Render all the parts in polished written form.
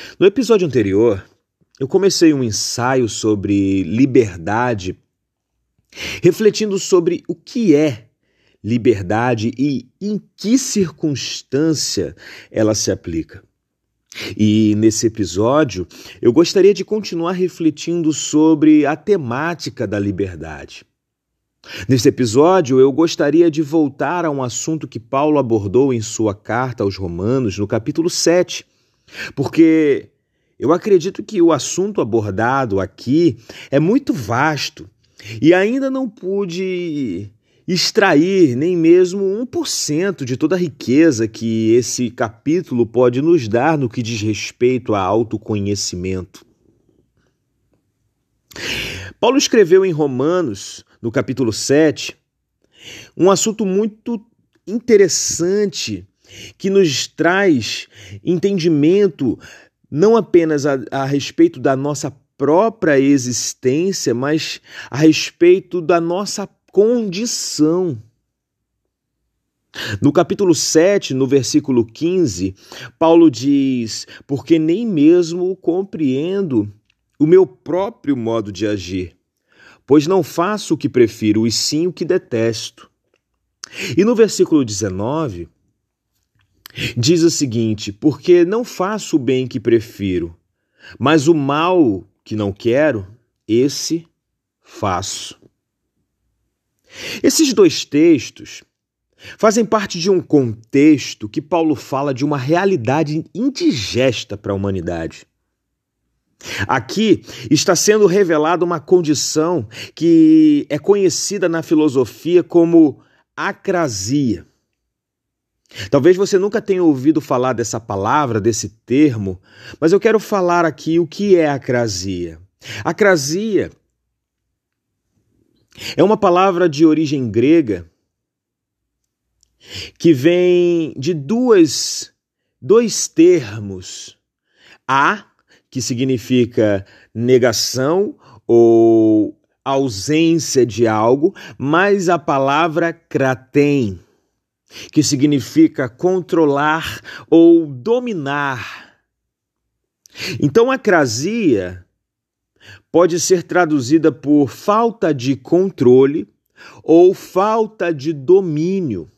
No episódio anterior, eu comecei um ensaio sobre liberdade, refletindo sobre o que é liberdade e em que circunstância ela se aplica. E nesse episódio, eu gostaria de continuar refletindo sobre a temática da liberdade. Nesse episódio, eu gostaria de voltar a um assunto que Paulo abordou em sua carta aos Romanos, no capítulo 7, porque eu acredito que o assunto abordado aqui é muito vasto e ainda não pude extrair nem mesmo 1% de toda a riqueza que esse capítulo pode nos dar no que diz respeito a autoconhecimento. Paulo escreveu em Romanos, no capítulo 7, um assunto muito interessante que nos traz entendimento não apenas a respeito da nossa própria existência, mas a respeito da nossa condição. No capítulo 7, no versículo 15, Paulo diz: porque nem mesmo compreendo o meu próprio modo de agir, pois não faço o que prefiro, e sim o que detesto. E no versículo 19, diz o seguinte: porque não faço o bem que prefiro, mas o mal que não quero, esse faço. Esses dois textos fazem parte de um contexto que Paulo fala de uma realidade indigesta para a humanidade. Aqui está sendo revelada uma condição que é conhecida na filosofia como acrasia. Talvez você nunca tenha ouvido falar dessa palavra, desse termo, mas eu quero falar aqui o que é acrasia. Acrasia é uma palavra de origem grega que vem de dois termos. Que significa negação ou ausência de algo, mais a palavra kratem, que significa controlar ou dominar. Então, acrasia pode ser traduzida por falta de controle ou falta de domínio.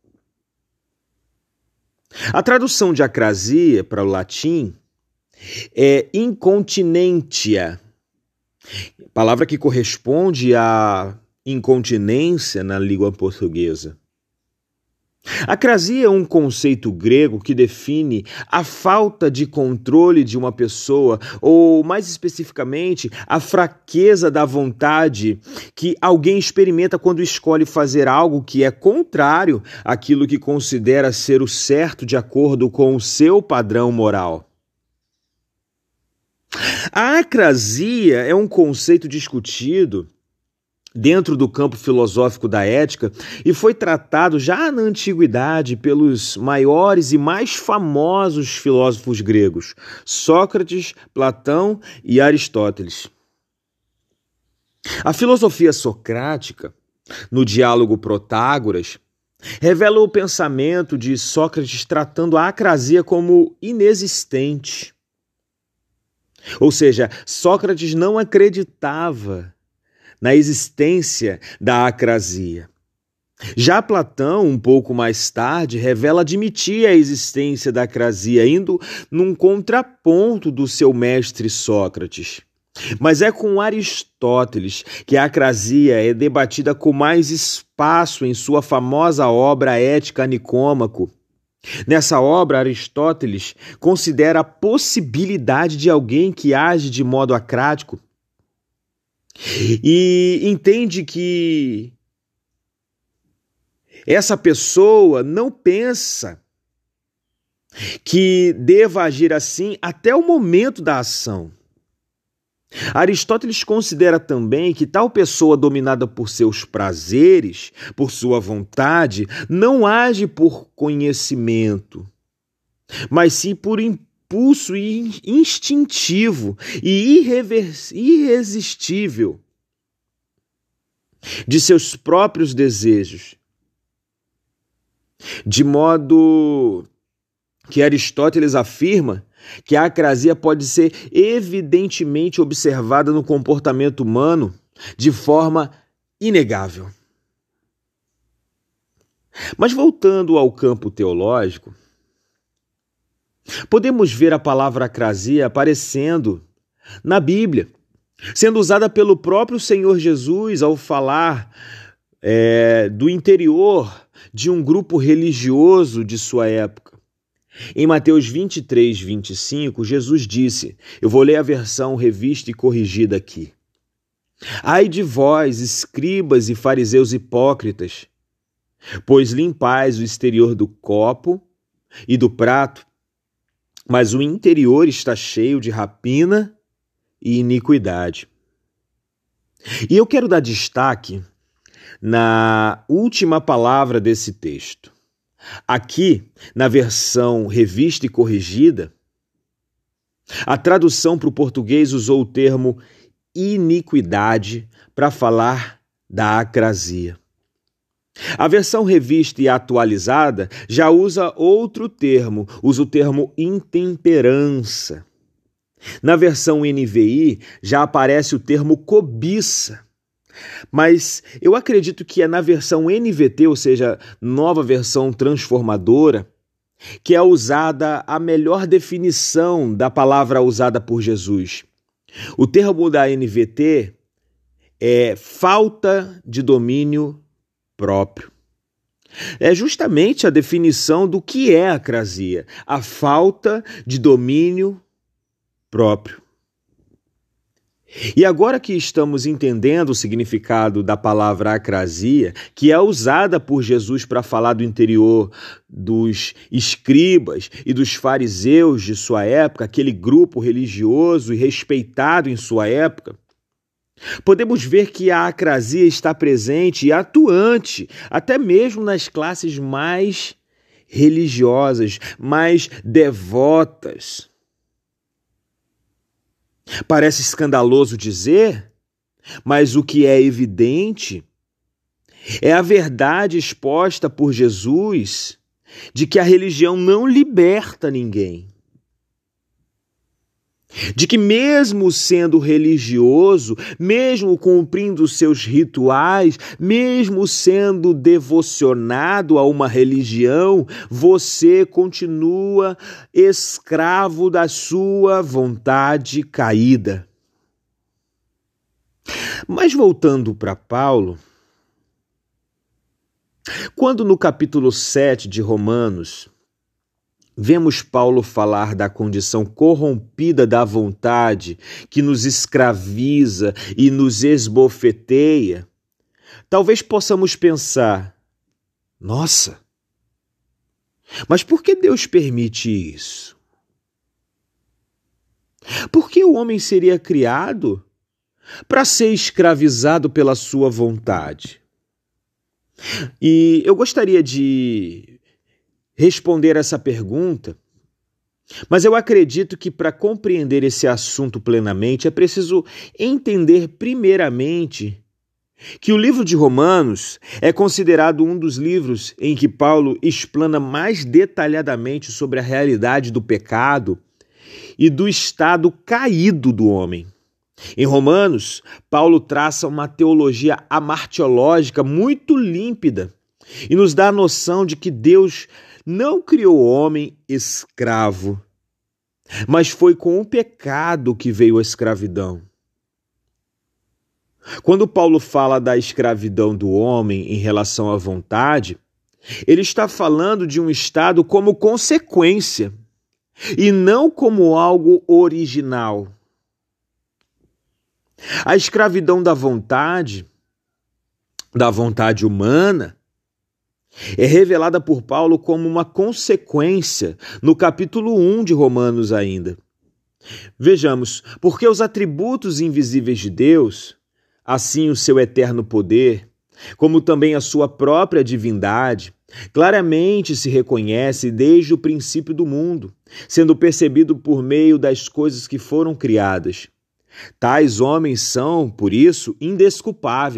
A tradução de acrasia para o latim é incontinentia, palavra que corresponde à incontinência na língua portuguesa. Acrasia é um conceito grego que define a falta de controle de uma pessoa, ou mais especificamente, a fraqueza da vontade que alguém experimenta quando escolhe fazer algo que é contrário àquilo que considera ser o certo de acordo com o seu padrão moral. A acrasia é um conceito discutido dentro do campo filosófico da ética e foi tratado já na antiguidade pelos maiores e mais famosos filósofos gregos, Sócrates, Platão e Aristóteles. A filosofia socrática, no diálogo Protágoras, revela o pensamento de Sócrates tratando a acrasia como inexistente. Ou seja, Sócrates não acreditava na existência da acrasia. Já Platão, um pouco mais tarde, revela admitir a existência da acrasia, indo num contraponto do seu mestre Sócrates. Mas é com Aristóteles que a acrasia é debatida com mais espaço em sua famosa obra Ética Nicômaco. Nessa obra, Aristóteles considera a possibilidade de alguém que age de modo acrático e entende que essa pessoa não pensa que deva agir assim até o momento da ação. Aristóteles considera também que tal pessoa dominada por seus prazeres, por sua vontade, não age por conhecimento, mas sim por impulso instintivo e irresistível de seus próprios desejos, de modo que Aristóteles afirma que a acrasia pode ser evidentemente observada no comportamento humano de forma inegável. Mas voltando ao campo teológico, podemos ver a palavra acrasia aparecendo na Bíblia, sendo usada pelo próprio Senhor Jesus ao falar do interior de um grupo religioso de sua época. Em Mateus 23, 25, Jesus disse, eu vou ler a versão revista e corrigida aqui. Ai de vós, escribas e fariseus hipócritas, pois limpais o exterior do copo e do prato, mas o interior está cheio de rapina e iniquidade. E eu quero dar destaque na última palavra desse texto. Aqui, na versão revista e corrigida, a tradução para o português usou o termo iniquidade para falar da acrasia. A versão revista e atualizada já usa outro termo, usa o termo intemperança. Na versão NVI já aparece o termo cobiça. Mas eu acredito que é na versão NVT, ou seja, nova versão transformadora, que é usada a melhor definição da palavra usada por Jesus. O termo da NVT é falta de domínio próprio. É justamente a definição do que é acrasia, a falta de domínio próprio. E agora que estamos entendendo o significado da palavra acrasia, que é usada por Jesus para falar do interior dos escribas e dos fariseus de sua época, aquele grupo religioso e respeitado em sua época, podemos ver que a acrasia está presente e atuante, até mesmo nas classes mais religiosas, mais devotas. Parece escandaloso dizer, mas o que é evidente é a verdade exposta por Jesus de que a religião não liberta ninguém. De que mesmo sendo religioso, mesmo cumprindo seus rituais, mesmo sendo devocionado a uma religião, você continua escravo da sua vontade caída. Mas voltando para Paulo, quando no capítulo 7 de Romanos, vemos Paulo falar da condição corrompida da vontade que nos escraviza e nos esbofeteia, talvez possamos pensar, nossa, mas por que Deus permite isso? Por que o homem seria criado para ser escravizado pela sua vontade? E eu gostaria de responder essa pergunta, mas eu acredito que para compreender esse assunto plenamente é preciso entender primeiramente que o livro de Romanos é considerado um dos livros em que Paulo explana mais detalhadamente sobre a realidade do pecado e do estado caído do homem. Em Romanos, Paulo traça uma teologia amartiológica muito límpida e nos dá a noção de que Deus não criou o homem escravo, mas foi com o pecado que veio a escravidão. Quando Paulo fala da escravidão do homem em relação à vontade, ele está falando de um estado como consequência e não como algo original. A escravidão da vontade humana, é revelada por Paulo como uma consequência no capítulo 1 de Romanos ainda. Vejamos, porque os atributos invisíveis de Deus, assim o seu eterno poder, como também a sua própria divindade, claramente se reconhece desde o princípio do mundo, sendo percebido por meio das coisas que foram criadas. Tais homens são, por isso, indesculpáveis,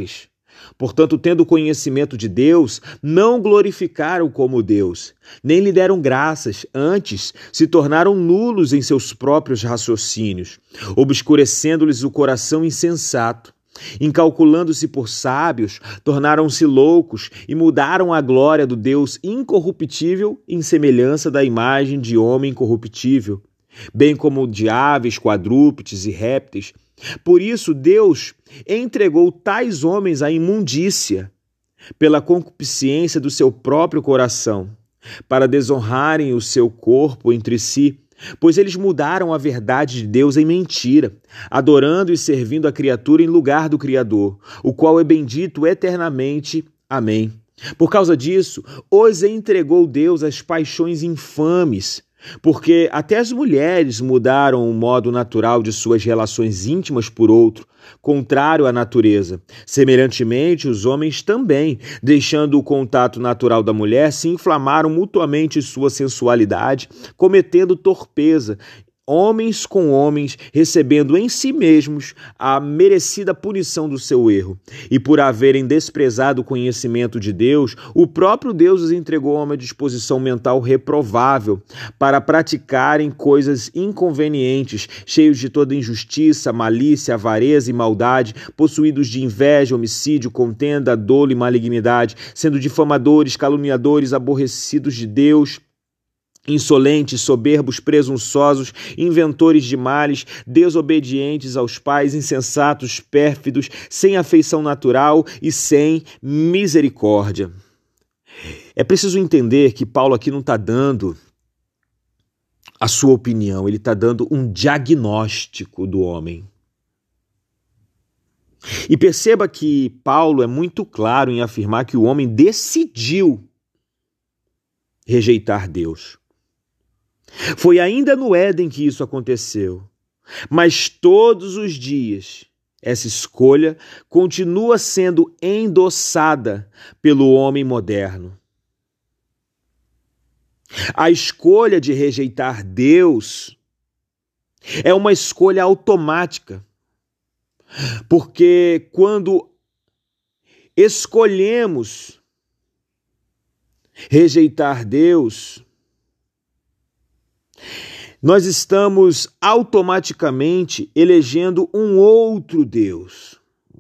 Portanto, tendo conhecimento de Deus, não glorificaram como Deus, nem lhe deram graças, antes se tornaram nulos em seus próprios raciocínios, obscurecendo-lhes o coração insensato. Incalculando-se por sábios, tornaram-se loucos e mudaram a glória do Deus incorruptível em semelhança da imagem de homem corruptível, bem como de aves, quadrúpedes e répteis. Por isso, Deus entregou tais homens à imundícia, pela concupiscência do seu próprio coração, para desonrarem o seu corpo entre si, pois eles mudaram a verdade de Deus em mentira, adorando e servindo a criatura em lugar do Criador, o qual é bendito eternamente. Amém. Por causa disso, os entregou Deus às paixões infames, porque até as mulheres mudaram o modo natural de suas relações íntimas por outro, contrário à natureza. Semelhantemente, os homens também, deixando o contato natural da mulher, se inflamaram mutuamente sua sensualidade, cometendo torpeza, homens com homens, recebendo em si mesmos a merecida punição do seu erro. E por haverem desprezado o conhecimento de Deus, o próprio Deus os entregou a uma disposição mental reprovável para praticarem coisas inconvenientes, cheios de toda injustiça, malícia, avareza e maldade, possuídos de inveja, homicídio, contenda, dolo e malignidade, sendo difamadores, caluniadores, aborrecidos de Deus, insolentes, soberbos, presunçosos, inventores de males, desobedientes aos pais, insensatos, pérfidos, sem afeição natural e sem misericórdia. É preciso entender que Paulo aqui não está dando a sua opinião, ele está dando um diagnóstico do homem. E perceba que Paulo é muito claro em afirmar que o homem decidiu rejeitar Deus. Foi ainda no Éden que isso aconteceu, mas todos os dias essa escolha continua sendo endossada pelo homem moderno. A escolha de rejeitar Deus é uma escolha automática, porque quando escolhemos rejeitar Deus, nós estamos automaticamente elegendo um outro Deus.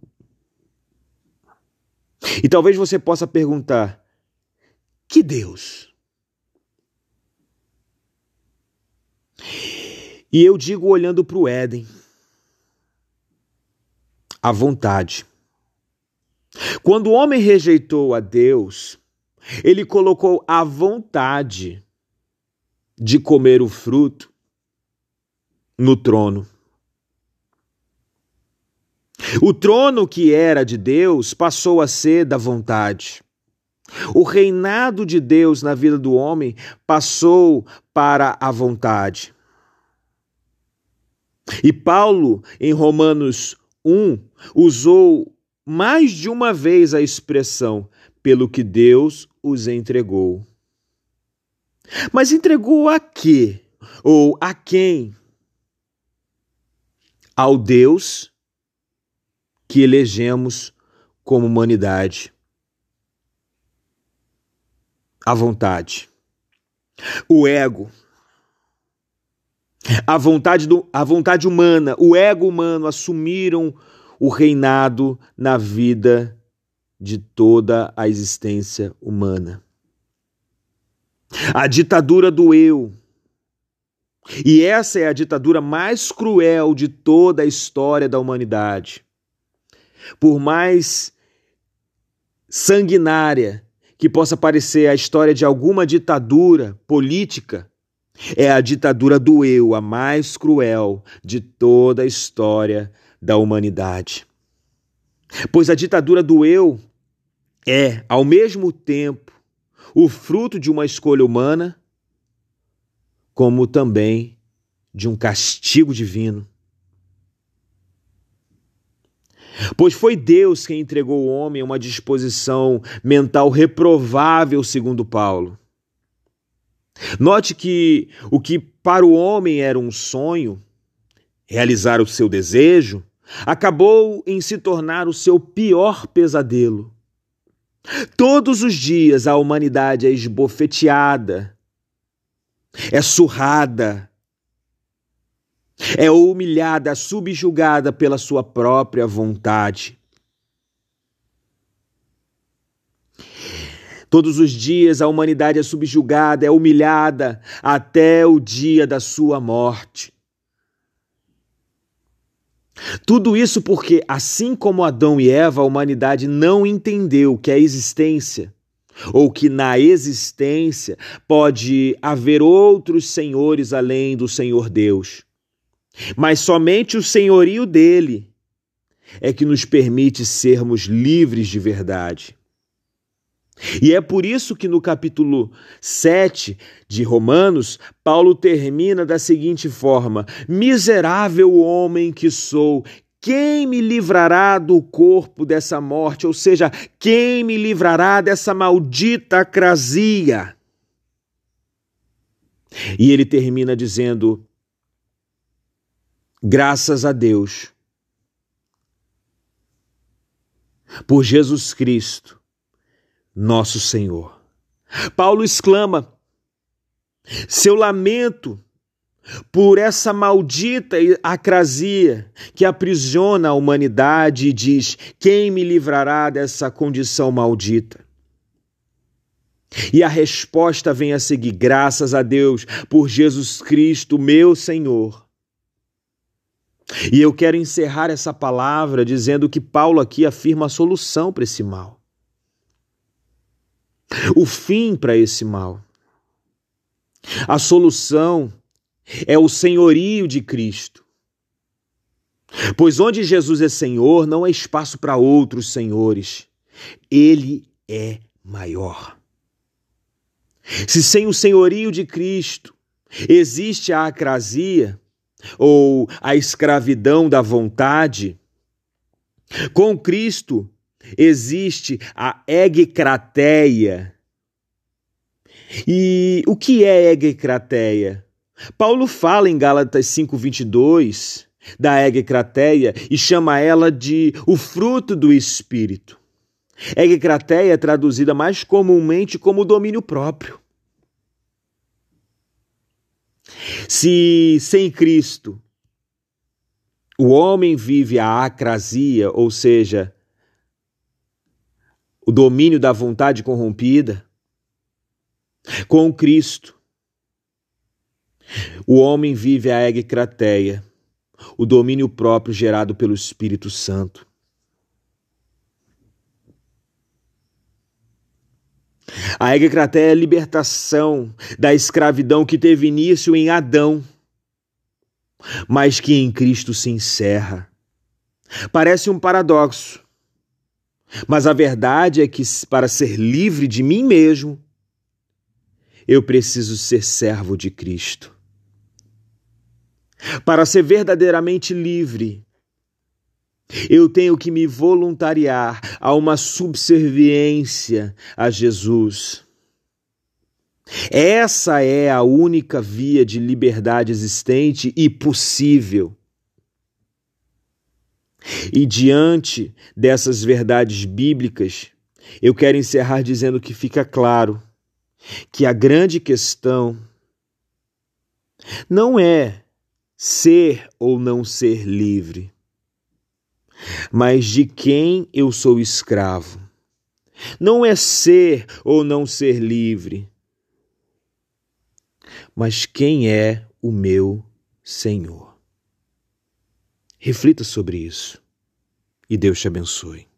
E talvez você possa perguntar: que Deus? E eu digo olhando para o Éden, a vontade. Quando o homem rejeitou a Deus, ele colocou a vontade de comer o fruto no trono. O trono que era de Deus passou a ser da vontade. O reinado de Deus na vida do homem passou para a vontade. E Paulo, em Romanos 1, usou mais de uma vez a expressão pelo que Deus os entregou. Mas entregou a quê? Ou a quem? Ao Deus que elegemos como humanidade. A vontade. O ego. A vontade humana, o ego humano assumiram o reinado na vida de toda a existência humana. A ditadura do eu. E essa é a ditadura mais cruel de toda a história da humanidade. Por mais sanguinária que possa parecer a história de alguma ditadura política, é a ditadura do eu, a mais cruel de toda a história da humanidade. Pois a ditadura do eu é, ao mesmo tempo, o fruto de uma escolha humana, como também de um castigo divino. Pois foi Deus quem entregou o homem a uma disposição mental reprovável, segundo Paulo. Note que o que para o homem era um sonho, realizar o seu desejo, acabou em se tornar o seu pior pesadelo. Todos os dias a humanidade é esbofeteada, é surrada, é humilhada, subjugada pela sua própria vontade. Todos os dias a humanidade é subjugada, é humilhada até o dia da sua morte. Tudo isso porque, assim como Adão e Eva, a humanidade não entendeu que a existência, ou que na existência pode haver outros senhores além do Senhor Deus. Mas somente o senhorio dele é que nos permite sermos livres de verdade. E é por isso que no capítulo 7 de Romanos, Paulo termina da seguinte forma: miserável homem que sou, quem me livrará do corpo dessa morte? Ou seja, quem me livrará dessa maldita acrasia? E ele termina dizendo: graças a Deus, por Jesus Cristo, nosso Senhor. Paulo exclama seu lamento por essa maldita acrasia que aprisiona a humanidade e diz: quem me livrará dessa condição maldita? E a resposta vem a seguir: graças a Deus por Jesus Cristo, meu Senhor. E eu quero encerrar essa palavra dizendo que Paulo aqui afirma a solução para esse mal. O fim para esse mal. A solução é o senhorio de Cristo. Pois onde Jesus é Senhor, não há espaço para outros senhores. Ele é maior. Se sem o senhorio de Cristo existe a acrasia, ou a escravidão da vontade, com Cristo existe a egkrateia. E o que é egkrateia? Paulo fala em Gálatas 5:22 da egkrateia e chama ela de o fruto do Espírito. Egkrateia é traduzida mais comumente como domínio próprio. Se sem Cristo o homem vive a acrasia, ou seja, o domínio da vontade corrompida, com Cristo o homem vive a egkrateia, o domínio próprio gerado pelo Espírito Santo. A egkrateia é a libertação da escravidão que teve início em Adão, mas que em Cristo se encerra. Parece um paradoxo, mas a verdade é que para ser livre de mim mesmo, eu preciso ser servo de Cristo. Para ser verdadeiramente livre, eu tenho que me voluntariar a uma subserviência a Jesus. Essa é a única via de liberdade existente e possível. E diante dessas verdades bíblicas, eu quero encerrar dizendo que fica claro que a grande questão não é ser ou não ser livre, mas de quem eu sou escravo. Não é ser ou não ser livre, mas quem é o meu Senhor. Reflita sobre isso e Deus te abençoe.